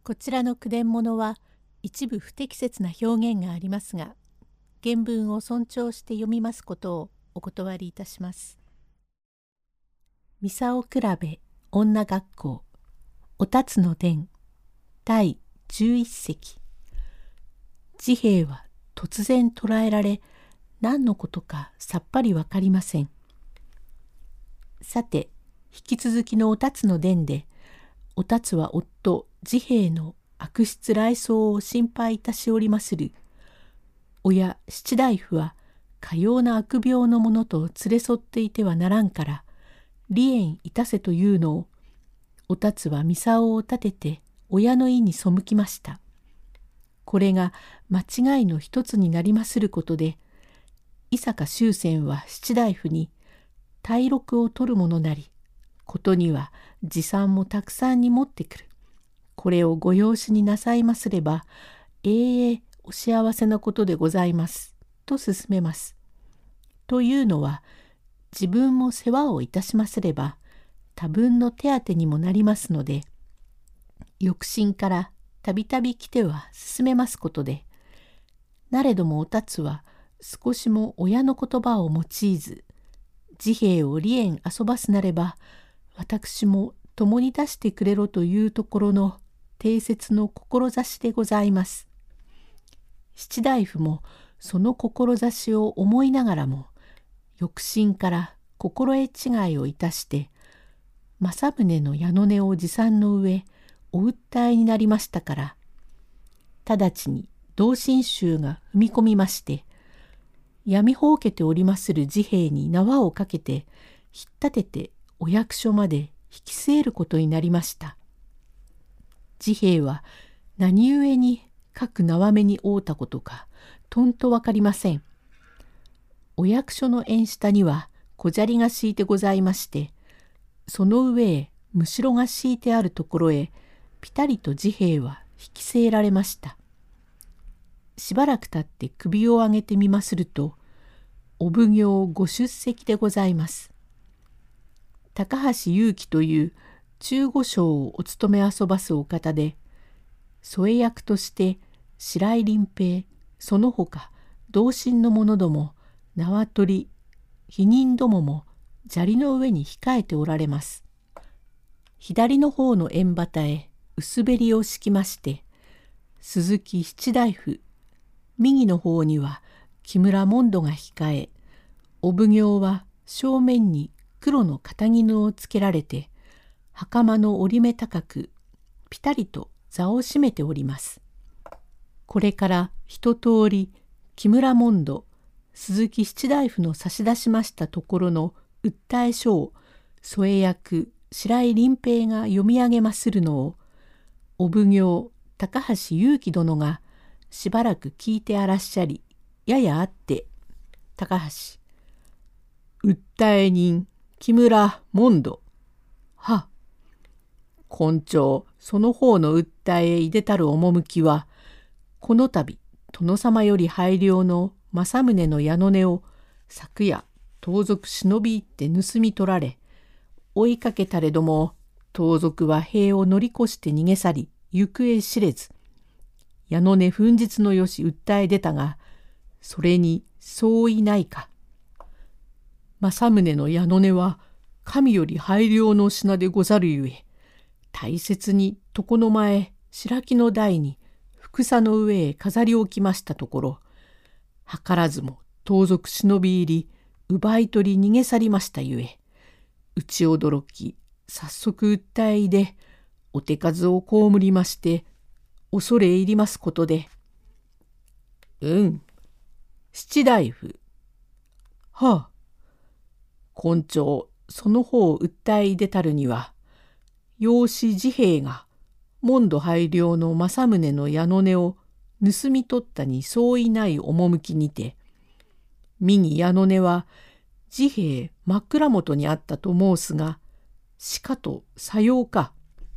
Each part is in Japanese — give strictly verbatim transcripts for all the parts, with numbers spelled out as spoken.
こちらの句伝物は一部不適切な表現がありますが、原文を尊重して読みますことをお断りいたします。三竿比べ女学校お辰の伝第じゅういっ席。治兵衛は突然捕らえられ、何のことかさっぱりわかりません。さて、引き続きのお辰の伝で、お辰は夫治兵衛の悪質来騒を心配いたしおりまする。親七大夫はかような悪病のものと連れ添っていてはならんから、離縁いたせというのを、お辰は操を立てて親の意に背きました。これが間違いの一つになりますることで、伊坂宗泉は七大夫に大禄を取るものなり、ことには持参もたくさんに持ってくる。これをご養子になさいますれば、永遠お幸せなことでございます。と勧めます。というのは、自分も世話をいたしますれば、多分の手当にもなりますので、翌心からたびたび来ては進めますことで、なれどもお辰は少しも親の言葉を用いず、治兵衛を離縁遊ばすなれば、私も共に出してくれろというところの定説の志でございます。七大夫もその志を思いながらも、翌心から心得違いをいたして、政宗の矢の根を持参の上、お訴えになりましたから、直ちに同心衆が踏み込みまして、闇ほうけておりまする治兵衛に縄をかけて、引っ立ててお役所まで引き据えることになりました。治兵衛は何故に各縄目に負うたことか、とんとわかりません。お役所の縁下には小砂利が敷いてございまして、その上へむしろが敷いてあるところへ、ぴたりと治兵衛は引き据えられました。しばらくたって首を上げてみますると、お奉行ご出席でございます。高橋祐樹という中御省をお務め遊ばすお方で、添え役として白井林平、その他同心の者ども、縄取り、否認どもも砂利の上に控えておられます。左の方の縁端へ薄べりを敷きまして、鈴木七大夫、右の方には木村門戸が控え、お奉行は正面に黒の片絹をつけられて、袴の折り目高く、ぴたりと座を占めております。これから一通り木村門戸、鈴木七大夫の差し出しましたところの訴え書を添え役白井林平が読み上げまするのを、お奉行高橋祐樹殿がしばらく聞いてあらっしゃり、ややあって、高橋、訴え人木村門戸、は、今朝その方の訴えへいでたる趣は、この度殿様より拝領の政宗の矢の根を昨夜盗賊忍び入って盗み取られ、追いかけたれども盗賊は塀を乗り越して逃げ去り、行方知れず、矢の根紛失のよし訴え出たが、それに相違ないか。政宗の矢の根は神より拝領の品でござるゆえ、大切に床の前白木の台にふさの上へ飾り置きましたところ、図らずも盗賊忍び入り、奪い取り逃げ去りましたゆえ、打ち驚き、早速訴え入れ、お手数を被りまして、恐れ入りますことで。うん、七大夫。はあ、今朝その方を訴え出たるには、養子治兵衛が門戸拝領の政宗の矢の根を盗み取ったに相違ない趣にて、右矢の根は治兵衛枕元にあったと申すが、しかとさようか。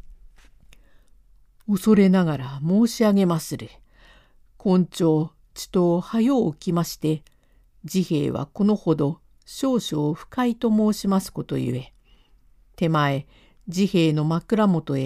恐れながら申し上げまする。今朝ちと早う起きまして、治兵衛はこのほど少々不快と申しますことゆえ、手前治兵衛の枕元へ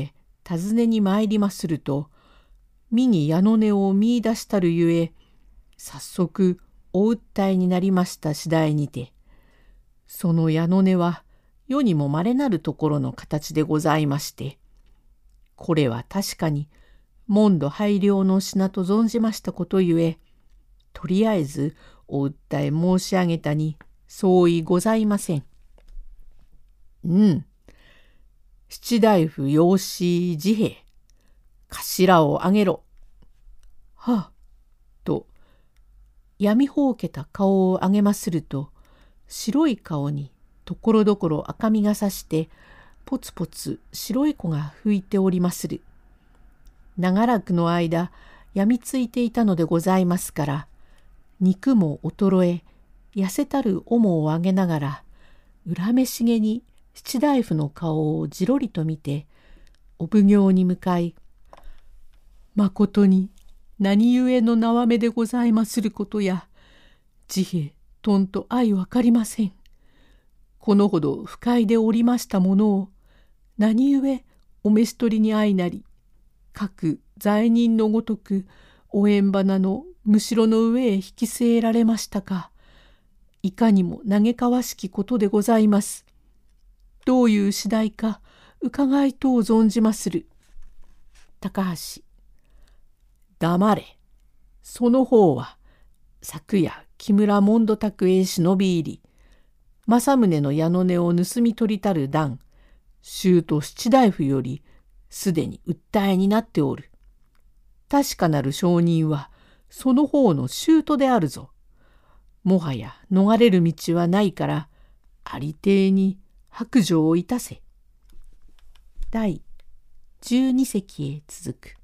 尋ねに参りますると、身に矢の音を見出したるゆえ、早速お訴えになりました次第にて、その矢の音は世にも稀なるところの形でございまして、これは確かに門戸拝領の品と存じましたことゆえ、とりあえずお訴え申し上げたに相違ございません。うん。七大夫養子治兵衛、頭を上げろ。はあ、と、闇ほうけた顔を上げますると、白い顔にところどころ赤みがさして、ぽつぽつ白い子が吹いておりまする。長らくの間、やみついていたのでございますから、肉も衰え、痩せたる面を上げながら、恨めしげに七大夫の顔をじろりと見て、お奉行に向かい、まことに何故の縄目でございますることや、治兵衛とんと相わかりません。このほど不快でおりましたものを、何故お召し取りに相なり、各罪人のごとくお縁花のむしろの上へ引き据えられましたか。いかにも嘆かわしきことでございます。どういう次第か伺いとう存じまする。高橋。黙れ。その方は昨夜木村門戸宅へ忍び入り、政宗の矢の音を盗み取りたる段、舅七大夫よりすでに訴えになっておる。確かなる証人はその方の舅であるぞ。もはや逃れる道はないから、ありていに白状をいたせ。だいじゅうに席へ続く。